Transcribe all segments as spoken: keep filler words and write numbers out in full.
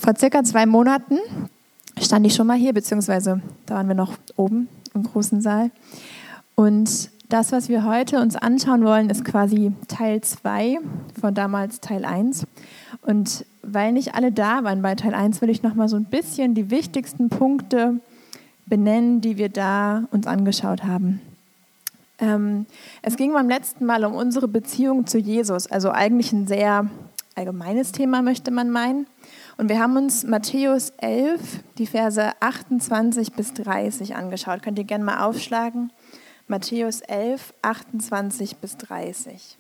Vor circa zwei Monaten stand ich schon mal hier, beziehungsweise da waren wir noch oben im großen Saal. Und das, was wir heute uns anschauen wollen, ist quasi Teil zwei von damals Teil eins. Und weil nicht alle da waren bei Teil eins, will ich noch mal so ein bisschen die wichtigsten Punkte benennen, die wir da uns angeschaut haben. Ähm, es ging beim letzten Mal um unsere Beziehung zu Jesus, also eigentlich ein sehr allgemeines Thema, möchte man meinen. Und wir haben uns Matthäus elf, die Verse achtundzwanzig bis dreißig angeschaut. Könnt ihr gerne mal aufschlagen. Matthäus elf, achtundzwanzig bis dreißig.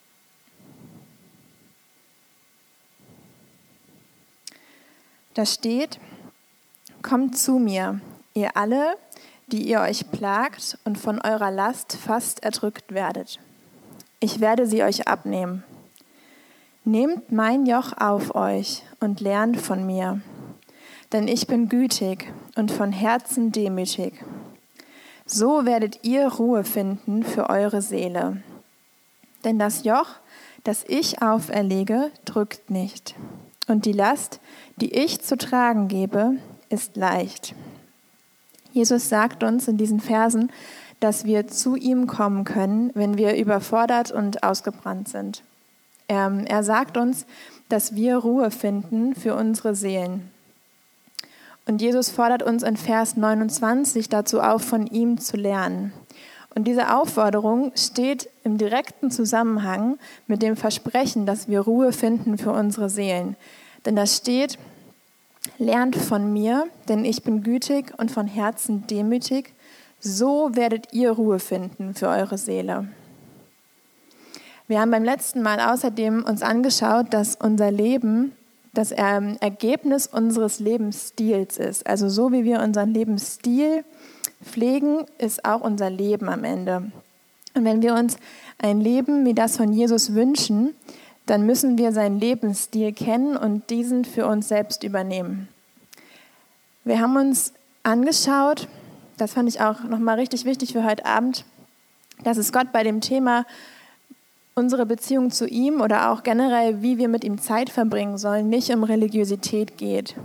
Da steht: Kommt zu mir, ihr alle, die ihr euch plagt und von eurer Last fast erdrückt werdet. Ich werde sie euch abnehmen. Nehmt mein Joch auf euch und lernt von mir, denn ich bin gütig und von Herzen demütig. So werdet ihr Ruhe finden für eure Seele. Denn das Joch, das ich auferlege, drückt nicht. Und die Last, die ich zu tragen gebe, ist leicht. Jesus sagt uns in diesen Versen, dass wir zu ihm kommen können, wenn wir überfordert und ausgebrannt sind. Er, er sagt uns, dass wir Ruhe finden für unsere Seelen. Und Jesus fordert uns in Vers neunundzwanzig dazu auf, von ihm zu lernen. Und diese Aufforderung steht im direkten Zusammenhang mit dem Versprechen, dass wir Ruhe finden für unsere Seelen. Denn da steht: Lernt von mir, denn ich bin gütig und von Herzen demütig. So werdet ihr Ruhe finden für eure Seele. Wir haben beim letzten Mal außerdem uns angeschaut, dass unser Leben das Ergebnis unseres Lebensstils ist. Also so wie wir unseren Lebensstil pflegen, ist auch unser Leben am Ende. Und wenn wir uns ein Leben wie das von Jesus wünschen, dann müssen wir seinen Lebensstil kennen und diesen für uns selbst übernehmen. Wir haben uns angeschaut, das fand ich auch nochmal richtig wichtig für heute Abend, dass es Gott bei dem Thema unsere Beziehung zu ihm oder auch generell, wie wir mit ihm Zeit verbringen sollen, nicht um Religiosität geht.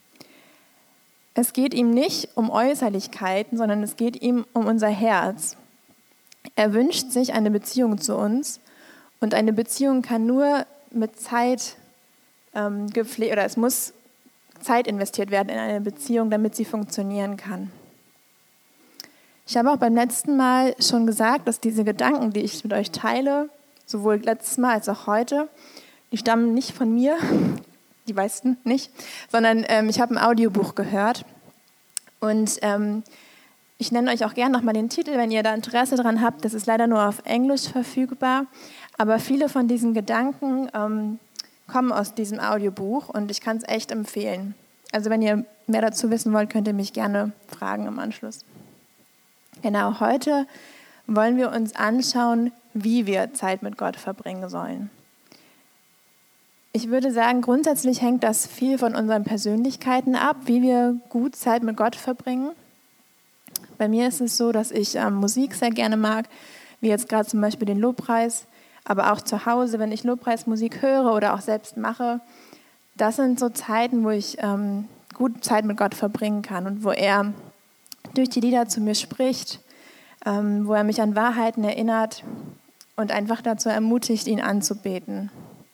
Es geht ihm nicht um Äußerlichkeiten, sondern es geht ihm um unser Herz. Er wünscht sich eine Beziehung zu uns und eine Beziehung kann nur mit Zeit ähm, gepflegt, oder es muss Zeit investiert werden in eine Beziehung, damit sie funktionieren kann. Ich habe auch beim letzten Mal schon gesagt, dass diese Gedanken, die ich mit euch teile, sowohl letztes Mal als auch heute, die stammen nicht von mir, die meisten nicht, sondern ähm, ich habe ein Audiobuch gehört. Und ähm, ich nenne euch auch gerne nochmal den Titel, wenn ihr da Interesse dran habt. Das ist leider nur auf Englisch verfügbar. Aber viele von diesen Gedanken ähm, kommen aus diesem Audiobuch und ich kann es echt empfehlen. Also wenn ihr mehr dazu wissen wollt, könnt ihr mich gerne fragen im Anschluss. Genau, heute wollen wir uns anschauen, wie wir Zeit mit Gott verbringen sollen. Ich würde sagen, grundsätzlich hängt das viel von unseren Persönlichkeiten ab, wie wir gut Zeit mit Gott verbringen. Bei mir ist es so, dass ich ähm, Musik sehr gerne mag, wie jetzt gerade zum Beispiel den Lobpreis, aber auch zu Hause, wenn ich Lobpreismusik höre oder auch selbst mache. Das sind so Zeiten, wo ich ähm, gut Zeit mit Gott verbringen kann und wo er durch die Lieder zu mir spricht, ähm, wo er mich an Wahrheiten erinnert und einfach dazu ermutigt, ihn anzubeten.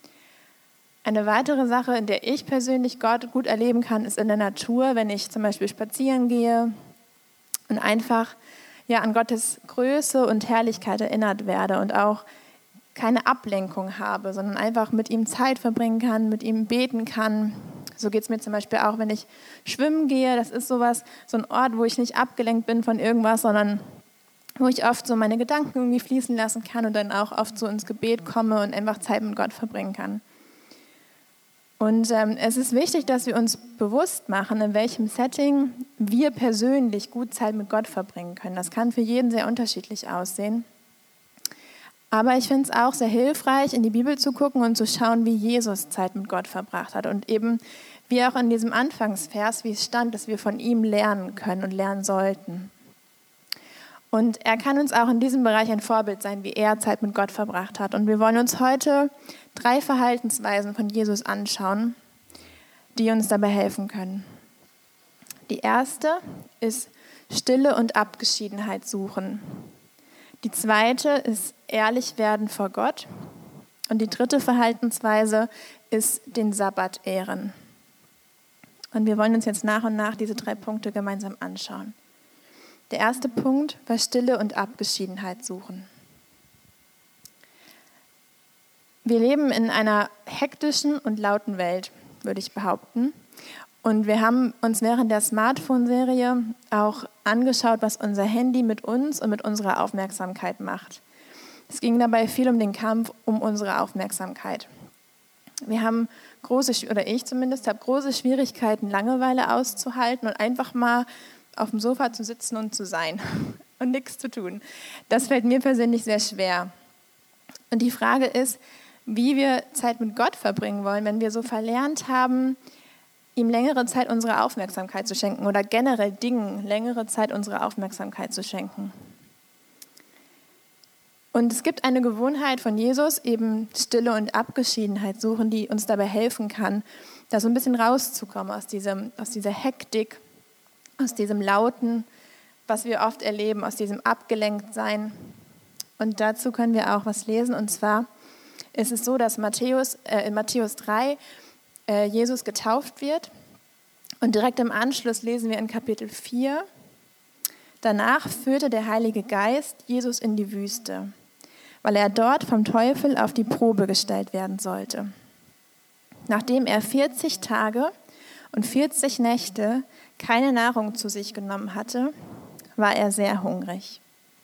Eine weitere Sache, in der ich persönlich Gott gut erleben kann, ist in der Natur, wenn ich zum Beispiel spazieren gehe und einfach ja, an Gottes Größe und Herrlichkeit erinnert werde und auch keine Ablenkung habe, sondern einfach mit ihm Zeit verbringen kann, mit ihm beten kann. So geht es mir zum Beispiel auch, wenn ich schwimmen gehe. Das ist sowas, so ein Ort, wo ich nicht abgelenkt bin von irgendwas, sondern wo ich oft so meine Gedanken irgendwie fließen lassen kann und dann auch oft so ins Gebet komme und einfach Zeit mit Gott verbringen kann. Und ähm, es ist wichtig, dass wir uns bewusst machen, in welchem Setting wir persönlich gut Zeit mit Gott verbringen können. Das kann für jeden sehr unterschiedlich aussehen. Aber ich finde es auch sehr hilfreich, in die Bibel zu gucken und zu schauen, wie Jesus Zeit mit Gott verbracht hat. Und eben, wie auch in diesem Anfangsvers, wie es stand, dass wir von ihm lernen können und lernen sollten. Und er kann uns auch in diesem Bereich ein Vorbild sein, wie er Zeit mit Gott verbracht hat. Und wir wollen uns heute drei Verhaltensweisen von Jesus anschauen, die uns dabei helfen können. Die erste ist Stille und Abgeschiedenheit suchen. Die zweite ist ehrlich werden vor Gott. Und die dritte Verhaltensweise ist den Sabbat ehren. Und wir wollen uns jetzt nach und nach diese drei Punkte gemeinsam anschauen. Der erste Punkt war Stille und Abgeschiedenheit suchen. Wir leben in einer hektischen und lauten Welt, würde ich behaupten. Und wir haben uns während der Smartphone-Serie auch angeschaut, was unser Handy mit uns und mit unserer Aufmerksamkeit macht. Es ging dabei viel um den Kampf um unsere Aufmerksamkeit. Wir haben große, oder ich zumindest, habe große Schwierigkeiten, Langeweile auszuhalten und einfach mal auf dem Sofa zu sitzen und zu sein und nichts zu tun. Das fällt mir persönlich sehr schwer. Und die Frage ist, wie wir Zeit mit Gott verbringen wollen, wenn wir so verlernt haben, ihm längere Zeit unsere Aufmerksamkeit zu schenken oder generell Dingen längere Zeit unsere Aufmerksamkeit zu schenken. Und es gibt eine Gewohnheit von Jesus, eben Stille und Abgeschiedenheit suchen, die uns dabei helfen kann, da so ein bisschen rauszukommen aus diesem, aus dieser Hektik, aus diesem Lauten, was wir oft erleben, aus diesem Abgelenktsein. Und dazu können wir auch was lesen. Und zwar ist es so, dass Matthäus, äh, in Matthäus drei äh, Jesus getauft wird. Und direkt im Anschluss lesen wir in Kapitel vier, danach führte der Heilige Geist Jesus in die Wüste, weil er dort vom Teufel auf die Probe gestellt werden sollte. Nachdem er vierzig Tage und vierzig Nächte keine Nahrung zu sich genommen hatte, war er sehr hungrig.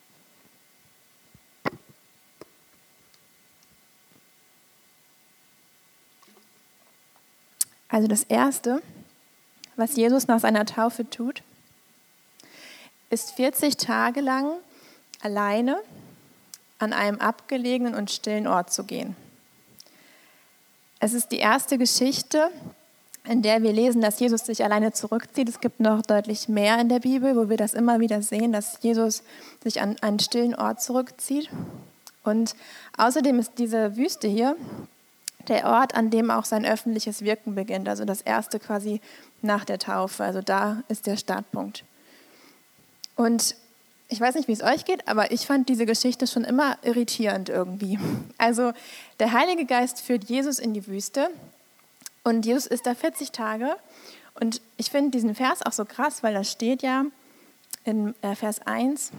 Also das Erste, was Jesus nach seiner Taufe tut, ist vierzig Tage lang alleine an einem abgelegenen und stillen Ort zu gehen. Es ist die erste Geschichte, in der wir lesen, dass Jesus sich alleine zurückzieht. Es gibt noch deutlich mehr in der Bibel, wo wir das immer wieder sehen, dass Jesus sich an einen stillen Ort zurückzieht. Und außerdem ist diese Wüste hier der Ort, an dem auch sein öffentliches Wirken beginnt, also das erste quasi nach der Taufe. Also da ist der Startpunkt. Und ich weiß nicht, wie es euch geht, aber ich fand diese Geschichte schon immer irritierend irgendwie. Also der Heilige Geist führt Jesus in die Wüste und Jesus ist da vierzig Tage. Und ich finde diesen Vers auch so krass, weil da steht ja in Vers eins,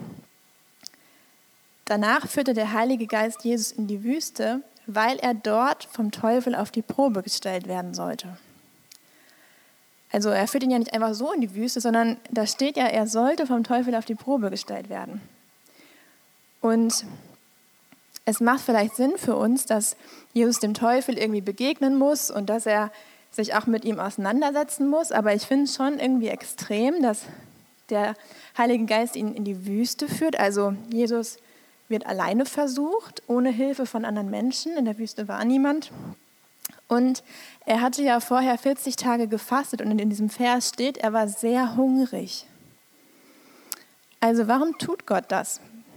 danach führte der Heilige Geist Jesus in die Wüste, weil er dort vom Teufel auf die Probe gestellt werden sollte. Also er führt ihn ja nicht einfach so in die Wüste, sondern da steht ja, er sollte vom Teufel auf die Probe gestellt werden. Und es macht vielleicht Sinn für uns, dass Jesus dem Teufel irgendwie begegnen muss und dass er sich auch mit ihm auseinandersetzen muss. Aber ich finde es schon irgendwie extrem, dass der Heilige Geist ihn in die Wüste führt. Also Jesus wird alleine versucht, ohne Hilfe von anderen Menschen. In der Wüste war niemand. Und er hatte ja vorher vierzig Tage gefastet und in diesem Vers steht, er war sehr hungrig. Also warum tut Gott das?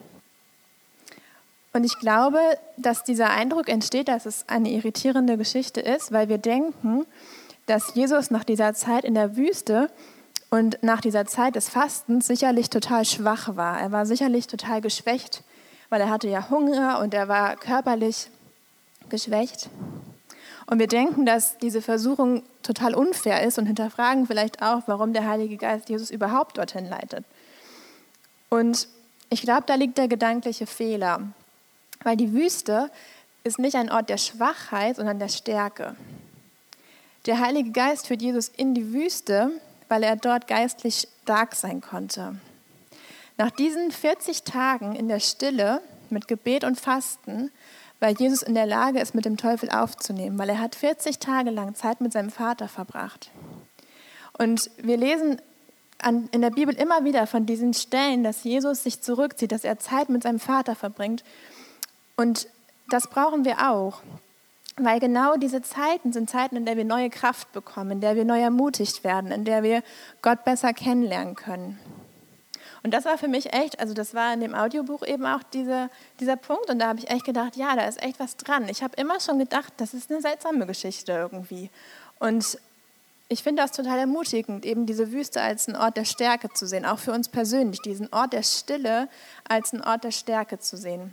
Und ich glaube, dass dieser Eindruck entsteht, dass es eine irritierende Geschichte ist, weil wir denken, dass Jesus nach dieser Zeit in der Wüste und nach dieser Zeit des Fastens sicherlich total schwach war. Er war sicherlich total geschwächt, weil er hatte ja Hunger und er war körperlich geschwächt. Und wir denken, dass diese Versuchung total unfair ist und hinterfragen vielleicht auch, warum der Heilige Geist Jesus überhaupt dorthin leitet. Und ich glaube, da liegt der gedankliche Fehler, weil die Wüste ist nicht ein Ort der Schwachheit, sondern der Stärke. Der Heilige Geist führt Jesus in die Wüste, weil er dort geistlich stark sein konnte. Nach diesen vierzig Tagen in der Stille mit Gebet und Fasten weil Jesus in der Lage ist, mit dem Teufel aufzunehmen, weil er hat vierzig Tage lang Zeit mit seinem Vater verbracht. Und wir lesen an, in der Bibel immer wieder von diesen Stellen, dass Jesus sich zurückzieht, dass er Zeit mit seinem Vater verbringt. Und das brauchen wir auch, weil genau diese Zeiten sind Zeiten, in der wir neue Kraft bekommen, in der wir neu ermutigt werden, in der wir Gott besser kennenlernen können. Und das war für mich echt, also das war in dem Audiobuch eben auch diese, dieser Punkt und da habe ich echt gedacht, ja, da ist echt was dran. Ich habe immer schon gedacht, das ist eine seltsame Geschichte irgendwie. Und ich finde das total ermutigend, eben diese Wüste als einen Ort der Stärke zu sehen, auch für uns persönlich, diesen Ort der Stille als einen Ort der Stärke zu sehen.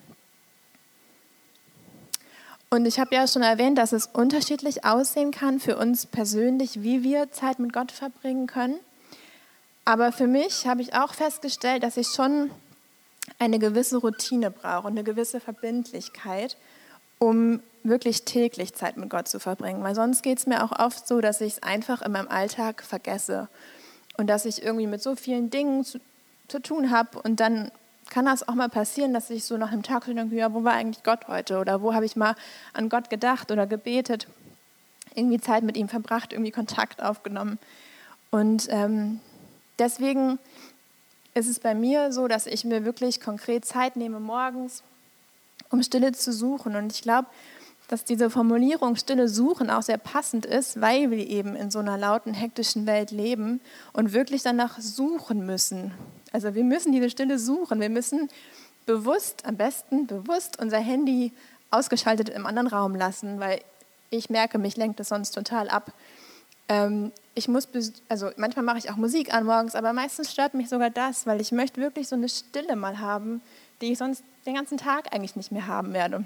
Und ich habe ja schon erwähnt, dass es unterschiedlich aussehen kann für uns persönlich, wie wir Zeit mit Gott verbringen können. Aber für mich habe ich auch festgestellt, dass ich schon eine gewisse Routine brauche und eine gewisse Verbindlichkeit, um wirklich täglich Zeit mit Gott zu verbringen. Weil sonst geht es mir auch oft so, dass ich es einfach in meinem Alltag vergesse und dass ich irgendwie mit so vielen Dingen zu, zu tun habe und dann kann das auch mal passieren, dass ich so nach einem Tag so denke, ja, wo war eigentlich Gott heute? Oder wo habe ich mal an Gott gedacht oder gebetet, irgendwie Zeit mit ihm verbracht, irgendwie Kontakt aufgenommen. Und ähm, deswegen ist es bei mir so, dass ich mir wirklich konkret Zeit nehme morgens, um Stille zu suchen. Und ich glaube, dass diese Formulierung Stille suchen auch sehr passend ist, weil wir eben in so einer lauten, hektischen Welt leben und wirklich danach suchen müssen. Also wir müssen diese Stille suchen. Wir müssen bewusst, am besten bewusst unser Handy ausgeschaltet im anderen Raum lassen, weil ich merke, mich lenkt es sonst total ab. Ähm, ich muss, also manchmal mache ich auch Musik an morgens, aber meistens stört mich sogar das, weil ich möchte wirklich so eine Stille mal haben, die ich sonst den ganzen Tag eigentlich nicht mehr haben werde.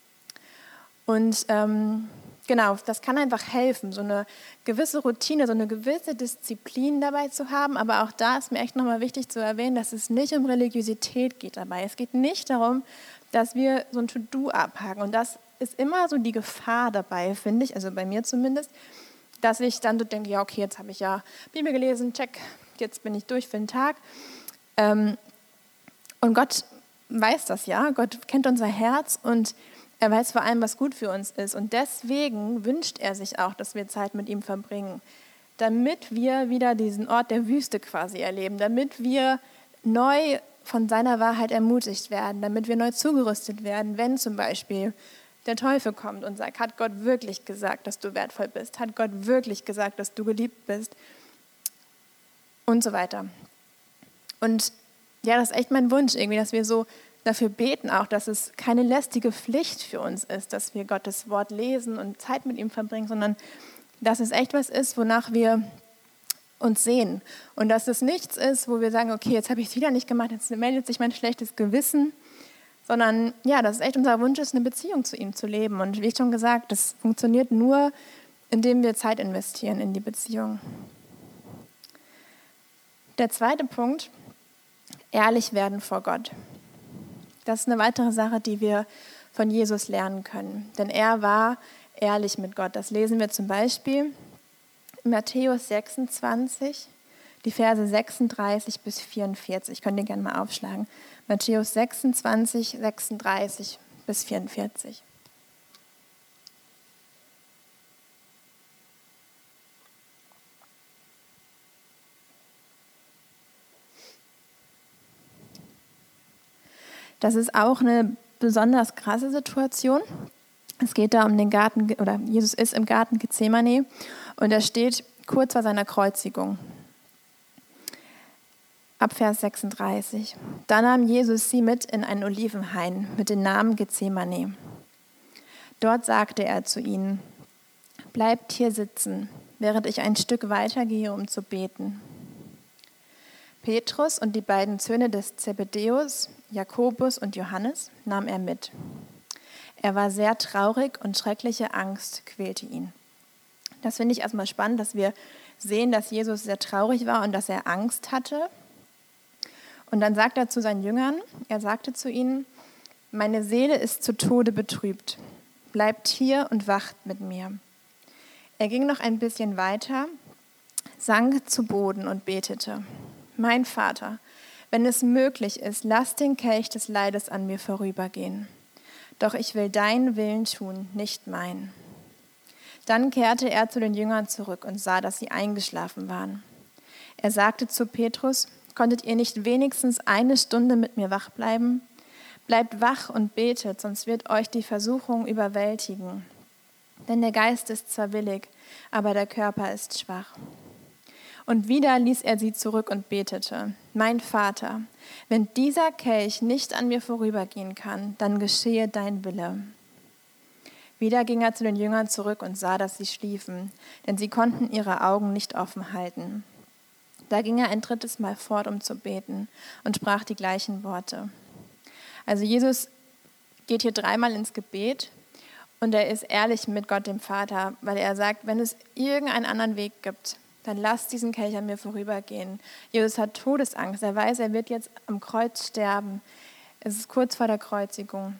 Und ähm, genau, das kann einfach helfen, so eine gewisse Routine, so eine gewisse Disziplin dabei zu haben. Aber auch da ist mir echt nochmal wichtig zu erwähnen, dass es nicht um Religiosität geht dabei. Es geht nicht darum, dass wir so ein To-Do abhaken. Und das ist immer so die Gefahr dabei, finde ich, also bei mir zumindest, dass ich dann so denke, ja okay, jetzt habe ich ja Bibel gelesen, check, jetzt bin ich durch für den Tag. Ähm, und Gott weiß das ja, Gott kennt unser Herz und er weiß vor allem, was gut für uns ist. Und deswegen wünscht er sich auch, dass wir Zeit mit ihm verbringen, damit wir wieder diesen Ort der Wüste quasi erleben, damit wir neu von seiner Wahrheit ermutigt werden, damit wir neu zugerüstet werden, wenn zum Beispiel der Teufel kommt und sagt, hat Gott wirklich gesagt, dass du wertvoll bist? Hat Gott wirklich gesagt, dass du geliebt bist? Und so weiter. Und ja, das ist echt mein Wunsch irgendwie, dass wir so dafür beten auch, dass es keine lästige Pflicht für uns ist, dass wir Gottes Wort lesen und Zeit mit ihm verbringen, sondern dass es echt was ist, wonach wir uns sehen. Und dass es nichts ist, wo wir sagen, okay, jetzt habe ich es wieder nicht gemacht, jetzt meldet sich mein schlechtes Gewissen, sondern ja, dass es echt unser Wunsch ist, eine Beziehung zu ihm zu leben. Und wie schon gesagt, das funktioniert nur, indem wir Zeit investieren in die Beziehung. Der zweite Punkt, ehrlich werden vor Gott. Das ist eine weitere Sache, die wir von Jesus lernen können. Denn er war ehrlich mit Gott. Das lesen wir zum Beispiel in Matthäus sechsundzwanzig, die Verse sechsunddreißig bis vierundvierzig. Könnt ihr gerne mal aufschlagen. Matthäus sechsundzwanzig, sechsunddreißig bis vierundvierzig. Das ist auch eine besonders krasse Situation. Es geht da um den Garten, oder Jesus ist im Garten Gethsemane und er steht kurz vor seiner Kreuzigung. Ab Vers sechsunddreißig. Da nahm Jesus sie mit in einen Olivenhain mit dem Namen Gethsemane. Dort sagte er zu ihnen, bleibt hier sitzen, während ich ein Stück weitergehe, um zu beten. Petrus und die beiden Söhne des Zebedäus, Jakobus und Johannes, nahm er mit. Er war sehr traurig und schreckliche Angst quälte ihn. Das finde ich erstmal spannend, dass wir sehen, dass Jesus sehr traurig war und dass er Angst hatte. Und dann sagt er zu seinen Jüngern, er sagte zu ihnen, meine Seele ist zu Tode betrübt. Bleibt hier und wacht mit mir. Er ging noch ein bisschen weiter, sank zu Boden und betete. Mein Vater, wenn es möglich ist, lass den Kelch des Leides an mir vorübergehen. Doch ich will deinen Willen tun, nicht meinen. Dann kehrte er zu den Jüngern zurück und sah, dass sie eingeschlafen waren. Er sagte zu Petrus, konntet ihr nicht wenigstens eine Stunde mit mir wach bleiben? Bleibt wach und betet, sonst wird euch die Versuchung überwältigen. Denn der Geist ist zwar willig, aber der Körper ist schwach. Und wieder ließ er sie zurück und betete, mein Vater, wenn dieser Kelch nicht an mir vorübergehen kann, dann geschehe dein Wille. Wieder ging er zu den Jüngern zurück und sah, dass sie schliefen, denn sie konnten ihre Augen nicht offen halten. Da ging er ein drittes Mal fort, um zu beten, und sprach die gleichen Worte. Also Jesus geht hier dreimal ins Gebet und er ist ehrlich mit Gott, dem Vater, weil er sagt, wenn es irgendeinen anderen Weg gibt, dann lass diesen Kelch an mir vorübergehen. Jesus hat Todesangst, er weiß, er wird jetzt am Kreuz sterben. Es ist kurz vor der Kreuzigung.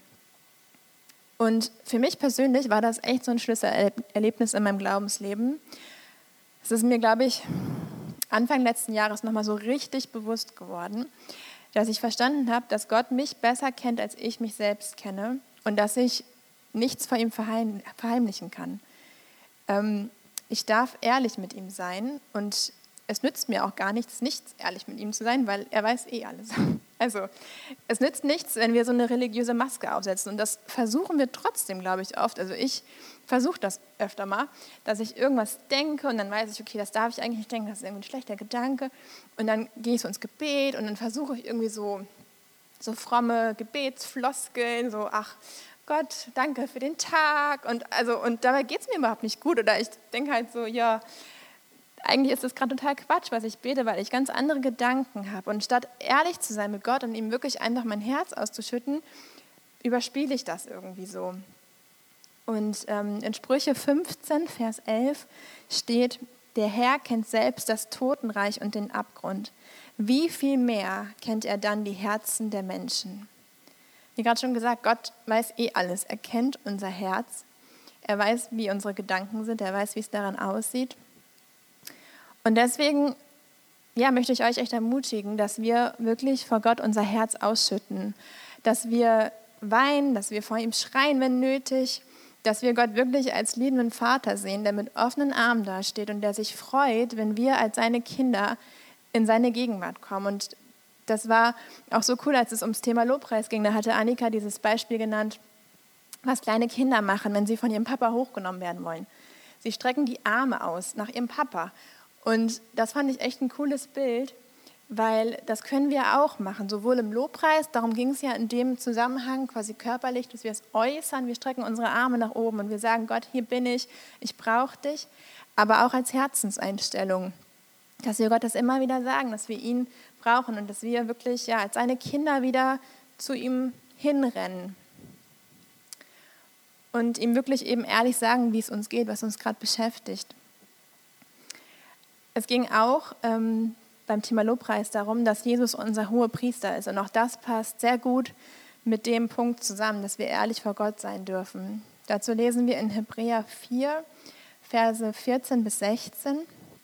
Und für mich persönlich war das echt so ein Schlüsselerlebnis in meinem Glaubensleben. Es ist mir, glaube ich, Anfang letzten Jahres nochmal so richtig bewusst geworden, dass ich verstanden habe, dass Gott mich besser kennt, als ich mich selbst kenne und dass ich nichts vor ihm verheim- verheimlichen kann. Ähm, ich darf ehrlich mit ihm sein und es nützt mir auch gar nichts, nichts ehrlich mit ihm zu sein, weil er weiß eh alles. Also es nützt nichts, wenn wir so eine religiöse Maske aufsetzen und das versuchen wir trotzdem, glaube ich, oft. Also ich versuche das öfter mal, dass ich irgendwas denke und dann weiß ich, okay, das darf ich eigentlich nicht denken, das ist irgendwie ein schlechter Gedanke und dann gehe ich so ins Gebet und dann versuche ich irgendwie so, so fromme Gebetsfloskeln, so ach Gott, danke für den Tag und, also, und dabei geht es mir überhaupt nicht gut oder ich denke halt so, ja, eigentlich ist das gerade total Quatsch, was ich bete, weil ich ganz andere Gedanken habe. Und statt ehrlich zu sein mit Gott und ihm wirklich einfach mein Herz auszuschütten, überspiele ich das irgendwie so. Und ähm, in Sprüche fünfzehn, Vers elf steht, der Herr kennt selbst das Totenreich und den Abgrund. Wie viel mehr kennt er dann die Herzen der Menschen? Wie gerade schon gesagt, Gott weiß eh alles. Er kennt unser Herz. Er weiß, wie unsere Gedanken sind. Er weiß, wie es daran aussieht. Und deswegen ja, möchte ich euch echt ermutigen, dass wir wirklich vor Gott unser Herz ausschütten, dass wir weinen, dass wir vor ihm schreien, wenn nötig, dass wir Gott wirklich als liebenden Vater sehen, der mit offenen Armen dasteht und der sich freut, wenn wir als seine Kinder in seine Gegenwart kommen. Und das war auch so cool, als es ums Thema Lobpreis ging. Da hatte Annika dieses Beispiel genannt, was kleine Kinder machen, wenn sie von ihrem Papa hochgenommen werden wollen. Sie strecken die Arme aus nach ihrem Papa. Und das fand ich echt ein cooles Bild, weil das können wir auch machen, sowohl im Lobpreis, darum ging es ja in dem Zusammenhang quasi körperlich, dass wir es äußern, wir strecken unsere Arme nach oben und wir sagen, Gott, hier bin ich, ich brauche dich, aber auch als Herzenseinstellung, dass wir Gott das immer wieder sagen, dass wir ihn brauchen und dass wir wirklich ja, als seine Kinder wieder zu ihm hinrennen und ihm wirklich eben ehrlich sagen, wie es uns geht, was uns gerade beschäftigt. Es ging auch ähm, beim Thema Lobpreis darum, dass Jesus unser Hohepriester ist. Und auch das passt sehr gut mit dem Punkt zusammen, dass wir ehrlich vor Gott sein dürfen. Dazu lesen wir in Hebräer vier, Verse vierzehn bis sechzehn.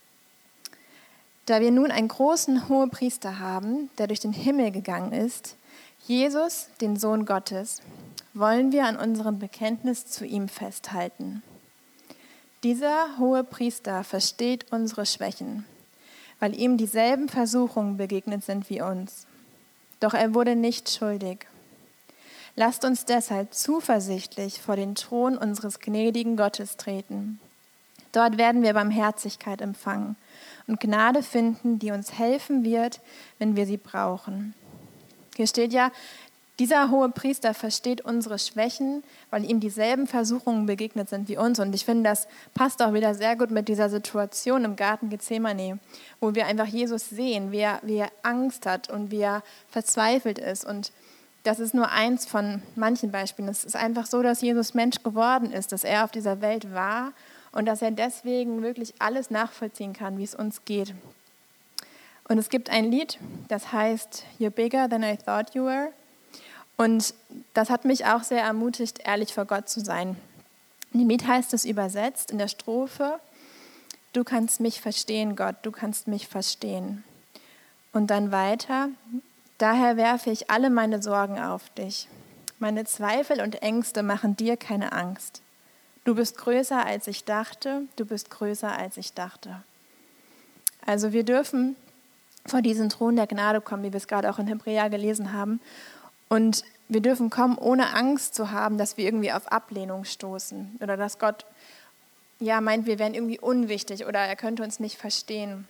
Da wir nun einen großen Hohepriester haben, der durch den Himmel gegangen ist, Jesus, den Sohn Gottes, wollen wir an unserem Bekenntnis zu ihm festhalten. Dieser hohe Priester versteht unsere Schwächen, weil ihm dieselben Versuchungen begegnet sind wie uns. Doch er wurde nicht schuldig. Lasst uns deshalb zuversichtlich vor den Thron unseres gnädigen Gottes treten. Dort werden wir Barmherzigkeit empfangen und Gnade finden, die uns helfen wird, wenn wir sie brauchen. Hier steht ja, dieser hohe Priester versteht unsere Schwächen, weil ihm dieselben Versuchungen begegnet sind wie uns. Und ich finde, das passt auch wieder sehr gut mit dieser Situation im Garten Gethsemane, wo wir einfach Jesus sehen, wie er, wie er Angst hat und wie er verzweifelt ist. Und das ist nur eins von manchen Beispielen. Es ist einfach so, dass Jesus Mensch geworden ist, dass er auf dieser Welt war und dass er deswegen wirklich alles nachvollziehen kann, wie es uns geht. Und es gibt ein Lied, das heißt You're bigger than I thought you were. Und das hat mich auch sehr ermutigt, ehrlich vor Gott zu sein. In dem Lied heißt es übersetzt in der Strophe, du kannst mich verstehen, Gott, du kannst mich verstehen. Und dann weiter, daher werfe ich alle meine Sorgen auf dich. Meine Zweifel und Ängste machen dir keine Angst. Du bist größer, als ich dachte, du bist größer, als ich dachte. Also wir dürfen vor diesen Thron der Gnade kommen, wie wir es gerade auch in Hebräer gelesen haben. Und wir dürfen kommen, ohne Angst zu haben, dass wir irgendwie auf Ablehnung stoßen oder dass Gott ja meint, wir wären irgendwie unwichtig oder er könnte uns nicht verstehen.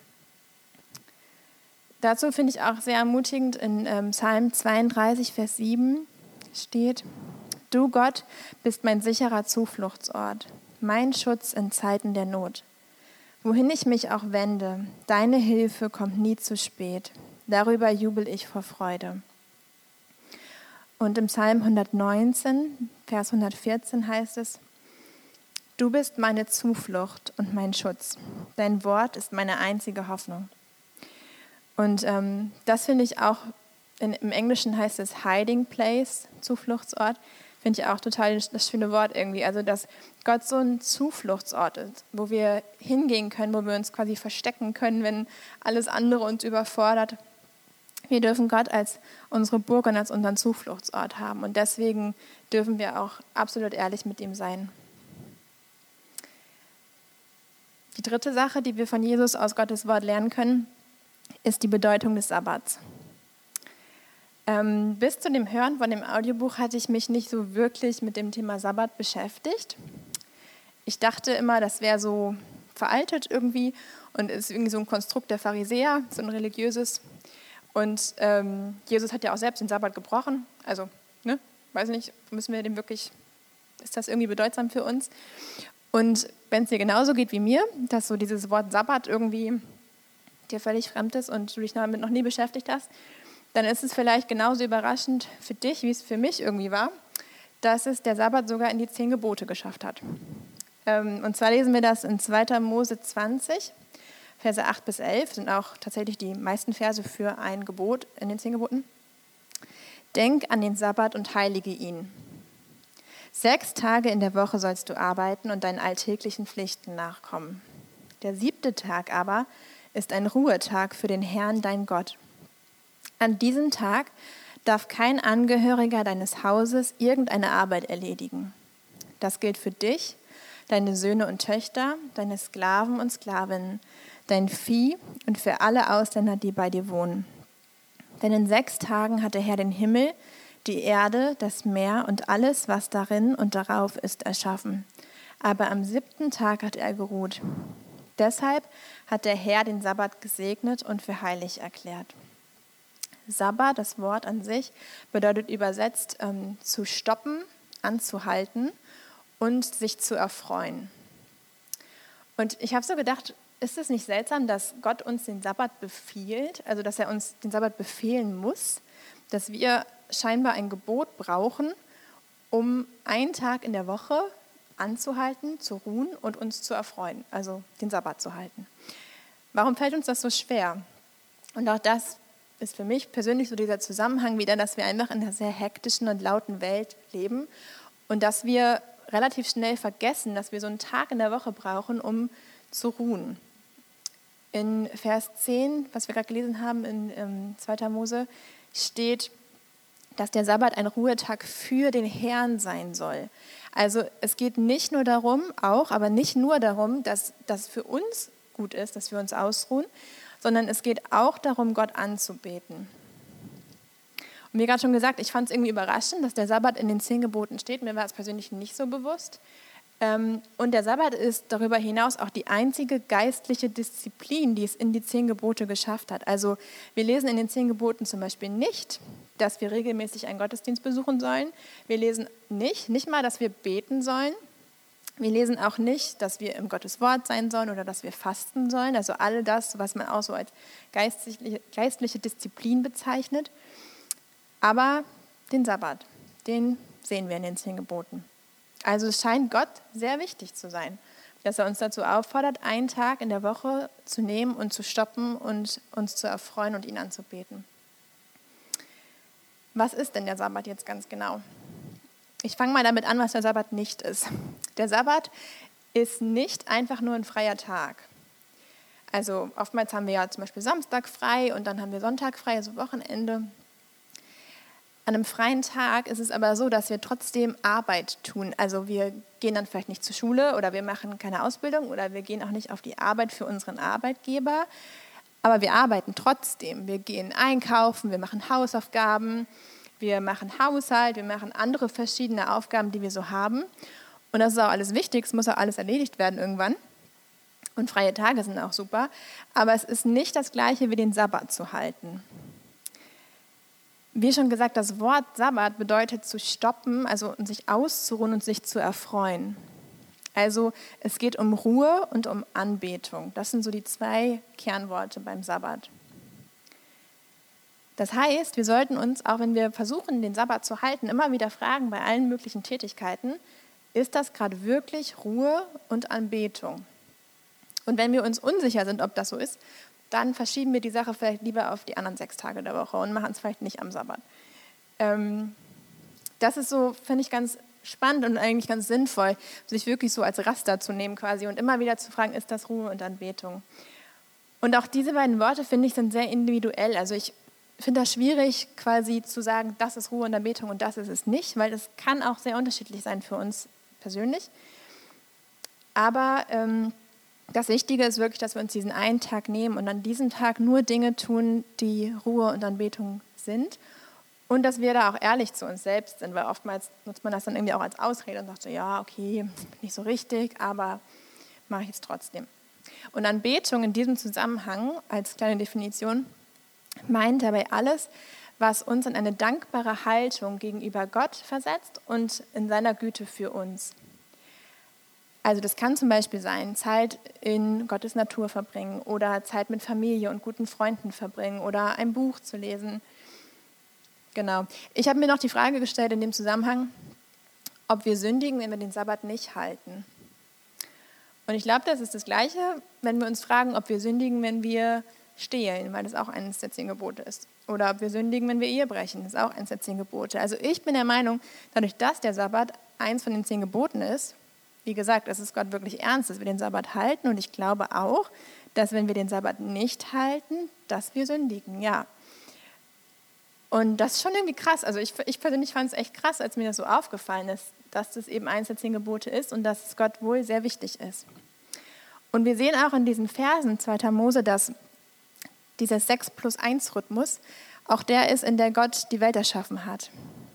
Dazu finde ich auch sehr ermutigend, in ähm, Psalm zweiunddreißig, Vers sieben steht, Du, Gott, bist mein sicherer Zufluchtsort, mein Schutz in Zeiten der Not. Wohin ich mich auch wende, deine Hilfe kommt nie zu spät. Darüber jubel ich vor Freude. Und im Psalm hundertneunzehn, Vers hundertvierzehn heißt es, Du bist meine Zuflucht und mein Schutz. Dein Wort ist meine einzige Hoffnung. Und ähm, das finde ich auch, in, im Englischen heißt es Hiding Place, Zufluchtsort, finde ich auch total das schöne Wort irgendwie. Also, dass Gott so ein Zufluchtsort ist, wo wir hingehen können, wo wir uns quasi verstecken können, wenn alles andere uns überfordert. Wir dürfen Gott als unsere Burg und als unseren Zufluchtsort haben. Und deswegen dürfen wir auch absolut ehrlich mit ihm sein. Die dritte Sache, die wir von Jesus aus Gottes Wort lernen können, ist die Bedeutung des Sabbats. Ähm, bis zu dem Hören von dem Audiobuch hatte ich mich nicht so wirklich mit dem Thema Sabbat beschäftigt. Ich dachte immer, das wäre so veraltet irgendwie und ist irgendwie so ein Konstrukt der Pharisäer, so ein religiöses. Und ähm, Jesus hat ja auch selbst den Sabbat gebrochen. Also, ne, weiß nicht, müssen wir dem wirklich, ist das irgendwie bedeutsam für uns? Und wenn es dir genauso geht wie mir, dass so dieses Wort Sabbat irgendwie dir völlig fremd ist und du dich damit noch nie beschäftigt hast, dann ist es vielleicht genauso überraschend für dich, wie es für mich irgendwie war, dass es der Sabbat sogar in die zehn Gebote geschafft hat. Ähm, und zwar lesen wir das in zweiter Mose zwanzig, Verse acht bis elf, sind auch tatsächlich die meisten Verse für ein Gebot in den zehn Geboten. Denk an den Sabbat und heilige ihn. Sechs Tage in der Woche sollst du arbeiten und deinen alltäglichen Pflichten nachkommen. Der siebte Tag aber ist ein Ruhetag für den Herrn, dein Gott. An diesem Tag darf kein Angehöriger deines Hauses irgendeine Arbeit erledigen. Das gilt für dich, deine Söhne und Töchter, deine Sklaven und Sklavinnen, dein Vieh und für alle Ausländer, die bei dir wohnen. Denn in sechs Tagen hat der Herr den Himmel, die Erde, das Meer und alles, was darin und darauf ist, erschaffen. Aber am siebten Tag hat er geruht. Deshalb hat der Herr den Sabbat gesegnet und für heilig erklärt. Sabbat, das Wort an sich, bedeutet übersetzt ähm, zu stoppen, anzuhalten und sich zu erfreuen. Und ich habe so gedacht, ist es nicht seltsam, dass Gott uns den Sabbat befiehlt, also dass er uns den Sabbat befehlen muss, dass wir scheinbar ein Gebot brauchen, um einen Tag in der Woche anzuhalten, zu ruhen und uns zu erfreuen, also den Sabbat zu halten. Warum fällt uns das so schwer? Und auch das ist für mich persönlich so dieser Zusammenhang wieder, dass wir einfach in einer sehr hektischen und lauten Welt leben und dass wir relativ schnell vergessen, dass wir so einen Tag in der Woche brauchen, um zu ruhen. In Vers zehn, was wir gerade gelesen haben in ähm, zweiter Mose, steht, dass der Sabbat ein Ruhetag für den Herrn sein soll. Also es geht nicht nur darum, auch, aber nicht nur darum, dass das für uns gut ist, dass wir uns ausruhen, sondern es geht auch darum, Gott anzubeten. Und wie gerade schon gesagt, ich fand es irgendwie überraschend, dass der Sabbat in den zehn Geboten steht. Mir war es persönlich nicht so bewusst. Und der Sabbat ist darüber hinaus auch die einzige geistliche Disziplin, die es in die zehn Gebote geschafft hat. Also wir lesen in den zehn Geboten zum Beispiel nicht, dass wir regelmäßig einen Gottesdienst besuchen sollen. Wir lesen nicht, nicht mal, dass wir beten sollen. Wir lesen auch nicht, dass wir im Gottes Wort sein sollen oder dass wir fasten sollen. Also all das, was man auch so als geistliche, geistliche Disziplin bezeichnet. Aber den Sabbat, den sehen wir in den zehn Geboten. Also es scheint Gott sehr wichtig zu sein, dass er uns dazu auffordert, einen Tag in der Woche zu nehmen und zu stoppen und uns zu erfreuen und ihn anzubeten. Was ist denn der Sabbat jetzt ganz genau? Ich fange mal damit an, was der Sabbat nicht ist. Der Sabbat ist nicht einfach nur ein freier Tag. Also oftmals haben wir ja zum Beispiel Samstag frei und dann haben wir Sonntag frei, also Wochenende. An einem freien Tag ist es aber so, dass wir trotzdem Arbeit tun. Also wir gehen dann vielleicht nicht zur Schule oder wir machen keine Ausbildung oder wir gehen auch nicht auf die Arbeit für unseren Arbeitgeber. Aber wir arbeiten trotzdem. Wir gehen einkaufen, wir machen Hausaufgaben, wir machen Haushalt, wir machen andere verschiedene Aufgaben, die wir so haben. Und das ist auch alles wichtig, es muss auch alles erledigt werden irgendwann. Und freie Tage sind auch super. Aber es ist nicht das Gleiche wie den Sabbat zu halten. Wie schon gesagt, das Wort Sabbat bedeutet zu stoppen, also sich auszuruhen und sich zu erfreuen. Also es geht um Ruhe und um Anbetung. Das sind so die zwei Kernworte beim Sabbat. Das heißt, wir sollten uns, auch wenn wir versuchen, den Sabbat zu halten, immer wieder fragen bei allen möglichen Tätigkeiten, ist das gerade wirklich Ruhe und Anbetung? Und wenn wir uns unsicher sind, ob das so ist, dann verschieben wir die Sache vielleicht lieber auf die anderen sechs Tage der Woche und machen es vielleicht nicht am Sabbat. Ähm, das ist so, finde ich, ganz spannend und eigentlich ganz sinnvoll, sich wirklich so als Raster zu nehmen quasi und immer wieder zu fragen, ist das Ruhe und Anbetung? Und auch diese beiden Worte, finde ich, sind sehr individuell. Also ich finde das schwierig, quasi zu sagen, das ist Ruhe und Anbetung und das ist es nicht, weil das kann auch sehr unterschiedlich sein für uns persönlich. Aber ähm, das Wichtige ist wirklich, dass wir uns diesen einen Tag nehmen und an diesem Tag nur Dinge tun, die Ruhe und Anbetung sind. Und dass wir da auch ehrlich zu uns selbst sind, weil oftmals nutzt man das dann irgendwie auch als Ausrede und sagt so, ja, okay, nicht so richtig, aber mache ich jetzt trotzdem. Und Anbetung in diesem Zusammenhang, als kleine Definition, meint dabei alles, was uns in eine dankbare Haltung gegenüber Gott versetzt und in seiner Güte für uns. Also das kann zum Beispiel sein, Zeit in Gottes Natur verbringen oder Zeit mit Familie und guten Freunden verbringen oder ein Buch zu lesen. Genau. Ich habe mir noch die Frage gestellt in dem Zusammenhang, ob wir sündigen, wenn wir den Sabbat nicht halten. Und ich glaube, das ist das Gleiche, wenn wir uns fragen, ob wir sündigen, wenn wir stehlen, weil das auch eines der zehn Gebote ist. Oder ob wir sündigen, wenn wir Ehe brechen, das ist auch eines der zehn Gebote. Also ich bin der Meinung, dadurch, dass der Sabbat eins von den zehn Geboten ist, wie gesagt, es ist Gott wirklich ernst, dass wir den Sabbat halten. Und ich glaube auch, dass wenn wir den Sabbat nicht halten, dass wir sündigen, ja. Und das ist schon irgendwie krass. Also ich, ich persönlich fand es echt krass, als mir das so aufgefallen ist, dass das eben eins der zehn Gebote ist und dass es Gott wohl sehr wichtig ist. Und wir sehen auch in diesen Versen zweiter Mose, dass dieser sechs plus eins Rhythmus auch der ist, in der Gott die Welt erschaffen hat.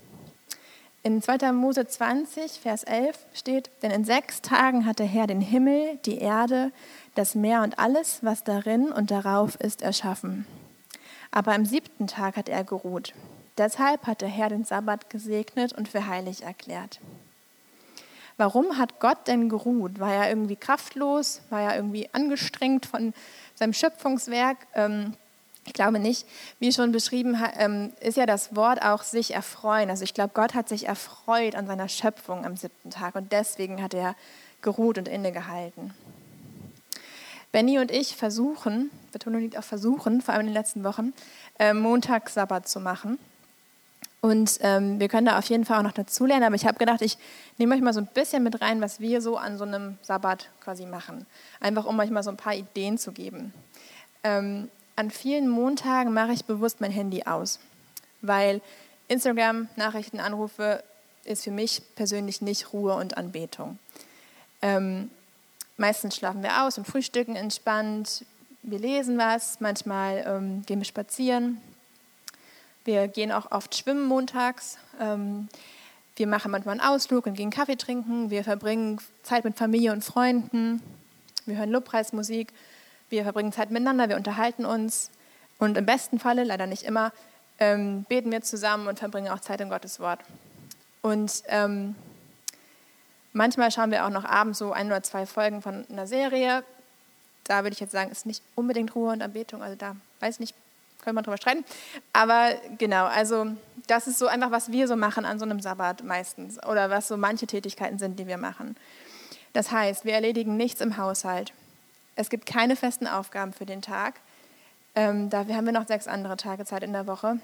In zweiter Mose zwanzig, Vers elf steht, denn in sechs Tagen hat der Herr den Himmel, die Erde, das Meer und alles, was darin und darauf ist, erschaffen. Aber am siebten Tag hat er geruht. Deshalb hat der Herr den Sabbat gesegnet und für heilig erklärt. Warum hat Gott denn geruht? War er irgendwie kraftlos? War er irgendwie angestrengt von seinem Schöpfungswerk? Ähm, ich glaube nicht. Wie schon beschrieben, ähm, ist ja das Wort auch sich erfreuen. Also ich glaube, Gott hat sich erfreut an seiner Schöpfung am siebten Tag und deswegen hat er geruht und innegehalten. Benni und ich versuchen, Betonung liegt auf versuchen, vor allem in den letzten Wochen, äh, Montag Sabbat zu machen. Und ähm, wir können da auf jeden Fall auch noch dazulernen, aber ich habe gedacht, ich nehme euch mal so ein bisschen mit rein, was wir so an so einem Sabbat quasi machen. Einfach um euch mal so ein paar Ideen zu geben. Ähm, an vielen Montagen mache ich bewusst mein Handy aus, weil Instagram, Nachrichten, Anrufe ist für mich persönlich nicht Ruhe und Anbetung. Ähm, Meistens schlafen wir aus und frühstücken entspannt. Wir lesen was, manchmal ähm, gehen wir spazieren. Wir gehen auch oft schwimmen montags. Ähm, wir machen manchmal einen Ausflug und gehen Kaffee trinken. Wir verbringen Zeit mit Familie und Freunden. Wir hören Lobpreismusik. Wir verbringen Zeit miteinander, wir unterhalten uns. Und im besten Falle, leider nicht immer, ähm, beten wir zusammen und verbringen auch Zeit in Gottes Wort. Und ähm, manchmal schauen wir auch noch abends so ein oder zwei Folgen von einer Serie. Da würde ich jetzt sagen, ist nicht unbedingt Ruhe und Anbetung. Also da, weiß nicht, können wir drüber streiten. Aber genau, also das ist so einfach, was wir so machen an so einem Sabbat meistens. Oder was so manche Tätigkeiten sind, die wir machen. Das heißt, wir erledigen nichts im Haushalt. Es gibt keine festen Aufgaben für den Tag. Ähm, dafür haben wir noch sechs andere Tage Zeit in der Woche.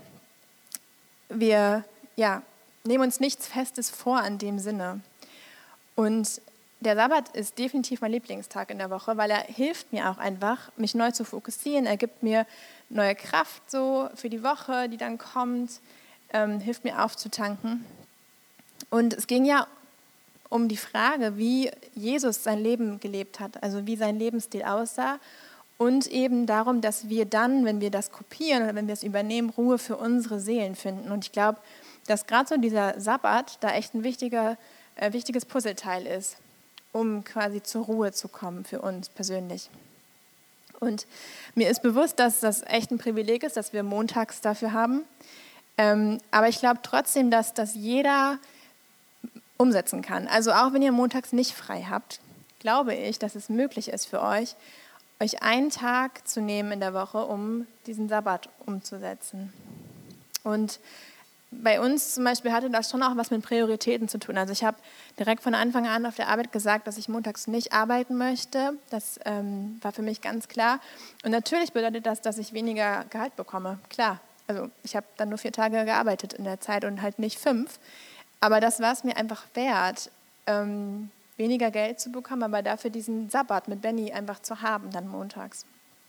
Wir ja, nehmen uns nichts Festes vor in dem Sinne. Und der Sabbat ist definitiv mein Lieblingstag in der Woche, weil er hilft mir auch einfach, mich neu zu fokussieren. Er gibt mir neue Kraft so für die Woche, die dann kommt, ähm, hilft mir aufzutanken. Und es ging ja um die Frage, wie Jesus sein Leben gelebt hat, also wie sein Lebensstil aussah und eben darum, dass wir dann, wenn wir das kopieren oder wenn wir es übernehmen, Ruhe für unsere Seelen finden. Und ich glaube, dass gerade so dieser Sabbat da echt ein wichtiger Ein wichtiges Puzzleteil ist, um quasi zur Ruhe zu kommen für uns persönlich. Und mir ist bewusst, dass das echt ein Privileg ist, dass wir montags dafür haben. Ähm, aber ich glaube trotzdem, dass das jeder umsetzen kann. Also auch wenn ihr montags nicht frei habt, glaube ich, dass es möglich ist für euch, euch einen Tag zu nehmen in der Woche, um diesen Sabbat umzusetzen. Und bei uns zum Beispiel hatte das schon auch was mit Prioritäten zu tun. Also ich habe direkt von Anfang an auf der Arbeit gesagt, dass ich montags nicht arbeiten möchte. Das ähm, war für mich ganz klar. Und natürlich bedeutet das, dass ich weniger Gehalt bekomme. Klar, also ich habe dann nur vier Tage gearbeitet in der Zeit und halt nicht fünf. Aber das war es mir einfach wert, ähm, weniger Geld zu bekommen, aber dafür diesen Sabbat mit Benny einfach zu haben, dann montags.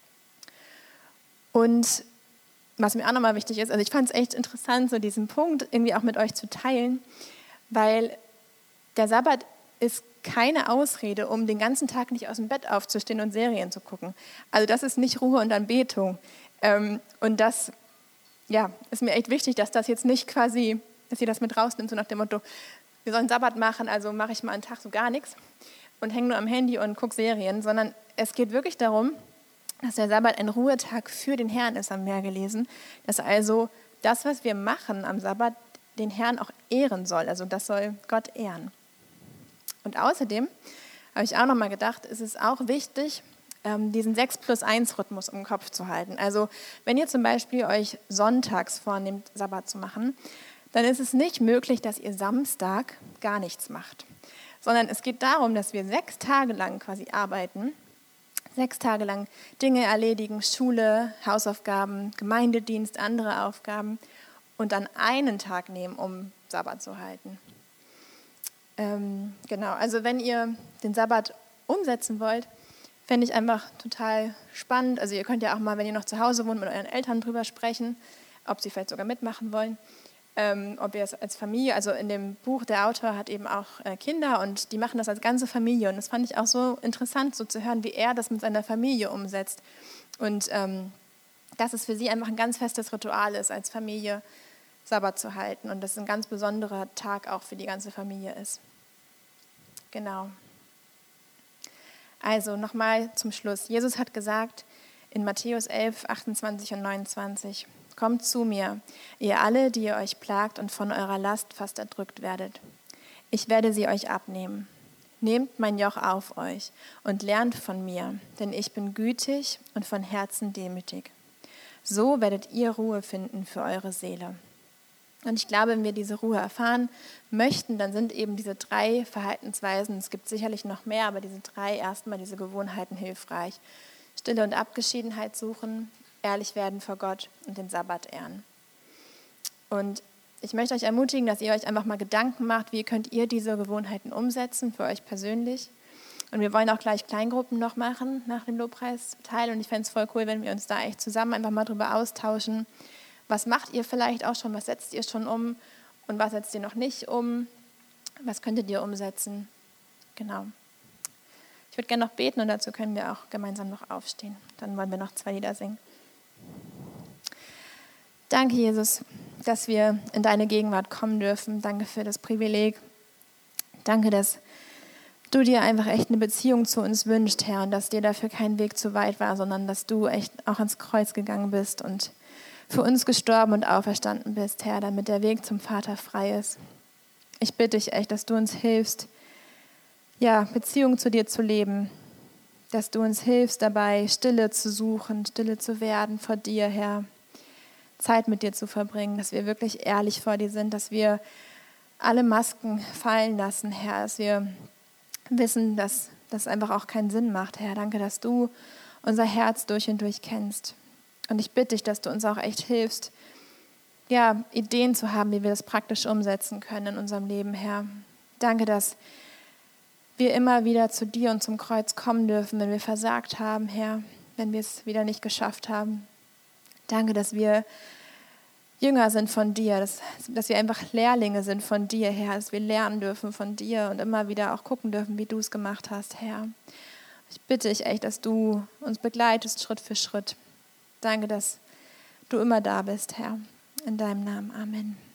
Und was mir auch nochmal wichtig ist, also ich fand es echt interessant, so diesen Punkt irgendwie auch mit euch zu teilen, weil der Sabbat ist keine Ausrede, um den ganzen Tag nicht aus dem Bett aufzustehen und Serien zu gucken. Also das ist nicht Ruhe und Anbetung. Ähm, und das ja, ist mir echt wichtig, dass das jetzt nicht quasi, dass ihr das mit rausnimmt, so nach dem Motto, wir sollen Sabbat machen, also mache ich mal einen Tag so gar nichts und hänge nur am Handy und gucke Serien, sondern es geht wirklich darum, dass der Sabbat ein Ruhetag für den Herrn ist, haben wir ja gelesen, dass also das, was wir machen am Sabbat, den Herrn auch ehren soll, also das soll Gott ehren. Und außerdem habe ich auch nochmal gedacht, es ist auch wichtig, diesen sechs plus eins Rhythmus im Kopf zu halten. Also wenn ihr zum Beispiel euch sonntags vornehmt, Sabbat zu machen, dann ist es nicht möglich, dass ihr Samstag gar nichts macht, sondern es geht darum, dass wir sechs Tage lang quasi arbeiten, sechs Tage lang Dinge erledigen, Schule, Hausaufgaben, Gemeindedienst, andere Aufgaben und dann einen Tag nehmen, um Sabbat zu halten. Ähm, genau, also wenn ihr den Sabbat umsetzen wollt, fände ich einfach total spannend. Also ihr könnt ja auch mal, wenn ihr noch zu Hause wohnt, mit euren Eltern drüber sprechen, ob sie vielleicht sogar mitmachen wollen. Ähm, ob ihr es als Familie, also in dem Buch, der Autor hat eben auch äh, Kinder und die machen das als ganze Familie und das fand ich auch so interessant, so zu hören, wie er das mit seiner Familie umsetzt und ähm, dass es für sie einfach ein ganz festes Ritual ist, als Familie Sabbat zu halten und dass es ein ganz besonderer Tag auch für die ganze Familie ist. Genau. Also nochmal zum Schluss. Jesus hat gesagt in Matthäus elf, achtundzwanzig und neunundzwanzig, kommt zu mir, ihr alle, die ihr euch plagt und von eurer Last fast erdrückt werdet. Ich werde sie euch abnehmen. Nehmt mein Joch auf euch und lernt von mir, denn ich bin gütig und von Herzen demütig. So werdet ihr Ruhe finden für eure Seele. Und ich glaube, wenn wir diese Ruhe erfahren möchten, dann sind eben diese drei Verhaltensweisen, es gibt sicherlich noch mehr, aber diese drei erstmal, diese Gewohnheiten hilfreich. Stille und Abgeschiedenheit suchen, ehrlich werden vor Gott und den Sabbat ehren. Und ich möchte euch ermutigen, dass ihr euch einfach mal Gedanken macht, wie könnt ihr diese Gewohnheiten umsetzen für euch persönlich. Und wir wollen auch gleich Kleingruppen noch machen nach dem Lobpreisteil. Und ich fände es voll cool, wenn wir uns da echt zusammen einfach mal drüber austauschen. Was macht ihr vielleicht auch schon? Was setzt ihr schon um? Und was setzt ihr noch nicht um? Was könntet ihr umsetzen? Genau. Ich würde gerne noch beten und dazu können wir auch gemeinsam noch aufstehen. Dann wollen wir noch zwei Lieder singen. Danke, Jesus, dass wir in deine Gegenwart kommen dürfen. Danke für das Privileg. Danke, dass du dir einfach echt eine Beziehung zu uns wünschst, Herr, und dass dir dafür kein Weg zu weit war, sondern dass du echt auch ans Kreuz gegangen bist und für uns gestorben und auferstanden bist, Herr, damit der Weg zum Vater frei ist. Ich bitte dich echt, dass du uns hilfst, ja, Beziehung zu dir zu leben, dass du uns hilfst dabei, Stille zu suchen, Stille zu werden vor dir, Herr, Zeit mit dir zu verbringen, dass wir wirklich ehrlich vor dir sind, dass wir alle Masken fallen lassen, Herr, dass wir wissen, dass das einfach auch keinen Sinn macht, Herr. Danke, dass du unser Herz durch und durch kennst. Und ich bitte dich, dass du uns auch echt hilfst, ja, Ideen zu haben, wie wir das praktisch umsetzen können in unserem Leben, Herr. Danke, dass wir immer wieder zu dir und zum Kreuz kommen dürfen, wenn wir versagt haben, Herr, wenn wir es wieder nicht geschafft haben. Danke, dass wir Jünger sind von dir, dass, dass wir einfach Lehrlinge sind von dir, Herr, dass wir lernen dürfen von dir und immer wieder auch gucken dürfen, wie du es gemacht hast, Herr. Ich bitte dich echt, dass du uns begleitest, Schritt für Schritt. Danke, dass du immer da bist, Herr. In deinem Namen. Amen.